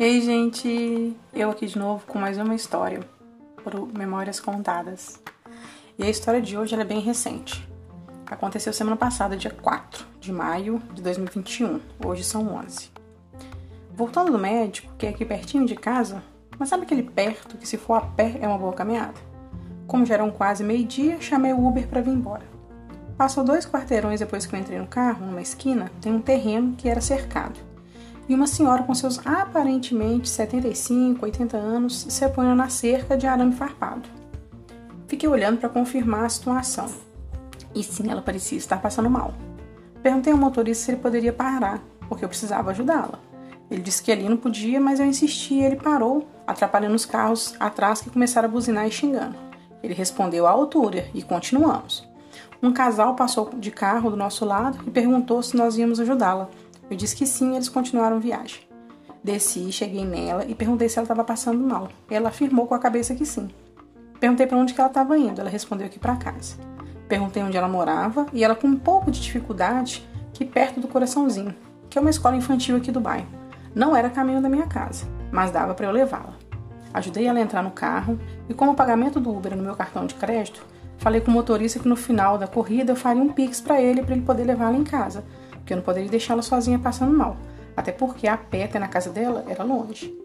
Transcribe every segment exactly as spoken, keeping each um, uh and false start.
Ei, gente! Eu aqui de novo com mais uma história pro Memórias Contadas. E a história de hoje ela é bem recente. Aconteceu semana passada, dia quatro de maio de dois mil e vinte e um. Hoje são onze. Voltando do médico, que é aqui pertinho de casa, mas sabe aquele perto que se for a pé é uma boa caminhada? Como já eram quase meio-dia, chamei o Uber para vir embora. Passou dois quarteirões depois que eu entrei no carro, numa esquina, tem um terreno que era cercado. E uma senhora com seus aparentemente setenta e cinco, oitenta anos se apoiando na cerca de arame farpado. Fiquei olhando para confirmar a situação. E sim, ela parecia estar passando mal. Perguntei ao motorista se ele poderia parar, porque eu precisava ajudá-la. Ele disse que ali não podia, mas eu insisti e ele parou, atrapalhando os carros atrás que começaram a buzinar e xingando. Ele respondeu à altura e continuamos. Um casal passou de carro do nosso lado e perguntou se nós íamos ajudá-la. Eu disse que sim e eles continuaram a viagem. Desci, cheguei nela e perguntei se ela estava passando mal. Ela afirmou com a cabeça que sim. Perguntei para onde que ela estava indo. Ela respondeu que para casa. Perguntei onde ela morava e ela com um pouco de dificuldade que perto do Coraçãozinho, que é uma escola infantil aqui do bairro. Não era caminho da minha casa, mas dava para eu levá-la. Ajudei ela a entrar no carro e como o pagamento do Uber era no meu cartão de crédito, falei com o motorista que no final da corrida eu faria um pix para ele para ele poder levá-la em casa, porque eu não poderia deixá-la sozinha passando mal, até porque a pé até na casa dela era longe.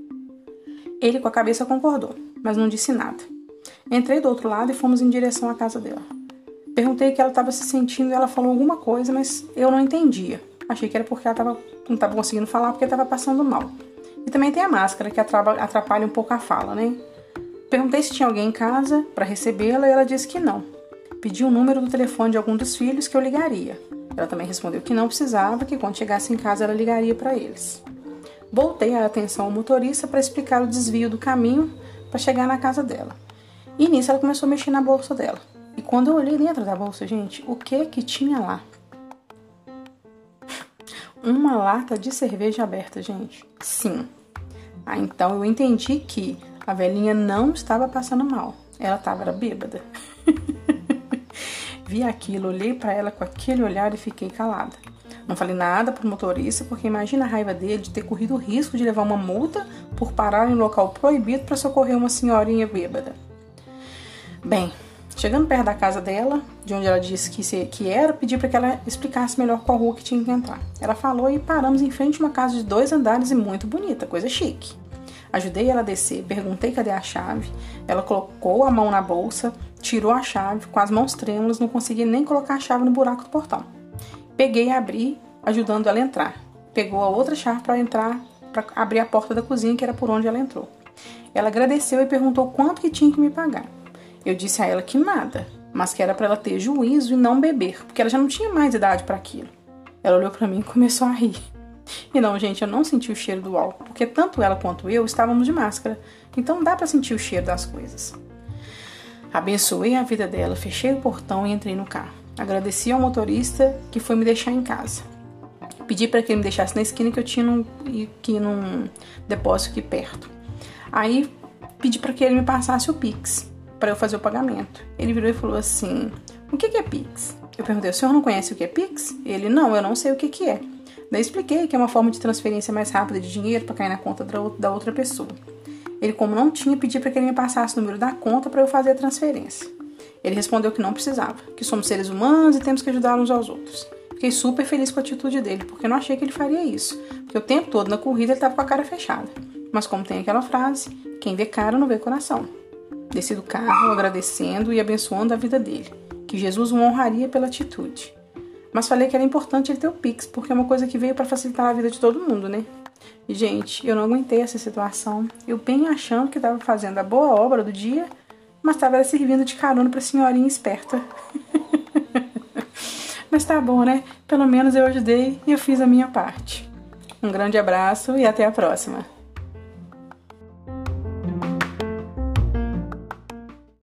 Ele com a cabeça concordou, mas não disse nada. Entrei do outro lado e fomos em direção à casa dela. Perguntei o que ela estava se sentindo e ela falou alguma coisa, mas eu não entendia. Achei que era porque ela tava, não estava conseguindo falar porque estava passando mal. E também tem a máscara que atrapalha um pouco a fala, né? Perguntei se tinha alguém em casa para recebê-la e ela disse que não. Pedi o número do telefone de algum dos filhos que eu ligaria. Ela também respondeu que não precisava, que quando chegasse em casa ela ligaria para eles. Voltei a atenção ao motorista para explicar o desvio do caminho para chegar na casa dela. E nisso ela começou a mexer na bolsa dela. E quando eu olhei dentro da bolsa, gente, o que que tinha lá? Uma lata de cerveja aberta, gente. Sim. Ah, então eu entendi que a velhinha não estava passando mal. Ela estava bêbada. Vi aquilo, olhei para ela com aquele olhar e fiquei calada. Não falei nada pro motorista, porque imagina a raiva dele de ter corrido o risco de levar uma multa por parar em um local proibido para socorrer uma senhorinha bêbada. Bem, chegando perto da casa dela, de onde ela disse que, se, que era, pedi para que ela explicasse melhor qual rua que tinha que entrar. Ela falou e paramos em frente a uma casa de dois andares e muito bonita, coisa chique. Ajudei ela a descer, perguntei cadê a chave, ela colocou a mão na bolsa, tirou a chave, com as mãos trêmulas, não conseguia nem colocar a chave no buraco do portão. Peguei e abri, ajudando ela a entrar. Pegou a outra chave para entrar, para abrir a porta da cozinha, que era por onde ela entrou. Ela agradeceu e perguntou quanto que tinha que me pagar. Eu disse a ela que nada, mas que era para ela ter juízo e não beber, porque ela já não tinha mais idade para aquilo. Ela olhou para mim e começou a rir. E não, gente, eu não senti o cheiro do álcool, porque tanto ela quanto eu estávamos de máscara, então dá para sentir o cheiro das coisas. Abençoei a vida dela, fechei o portão e entrei no carro. Agradeci ao motorista que foi me deixar em casa. Pedi para que ele me deixasse na esquina que eu tinha num, aqui num depósito aqui perto. Aí pedi para que ele me passasse o Pix, para eu fazer o pagamento. Ele virou e falou assim, o que que é Pix? Eu perguntei, o senhor não conhece o que é Pix? Ele, não, eu não sei o que que é. Daí expliquei que é uma forma de transferência mais rápida de dinheiro para cair na conta da outra pessoa. Ele, como não tinha, pediu para que ele me passasse o número da conta para eu fazer a transferência. Ele respondeu que não precisava, que somos seres humanos e temos que ajudar uns aos outros. Fiquei super feliz com a atitude dele, porque eu não achei que ele faria isso, porque o tempo todo na corrida ele estava com a cara fechada. Mas como tem aquela frase, quem vê cara não vê coração. Desci do carro agradecendo e abençoando a vida dele, que Jesus o honraria pela atitude. Mas falei que era importante ele ter o Pix, porque é uma coisa que veio para facilitar a vida de todo mundo, né? E, gente, eu não aguentei essa situação. Eu bem achando que estava fazendo a boa obra do dia, mas estava servindo de carona para a senhorinha esperta. Mas tá bom, né? Pelo menos eu ajudei e eu fiz a minha parte. Um grande abraço e até a próxima.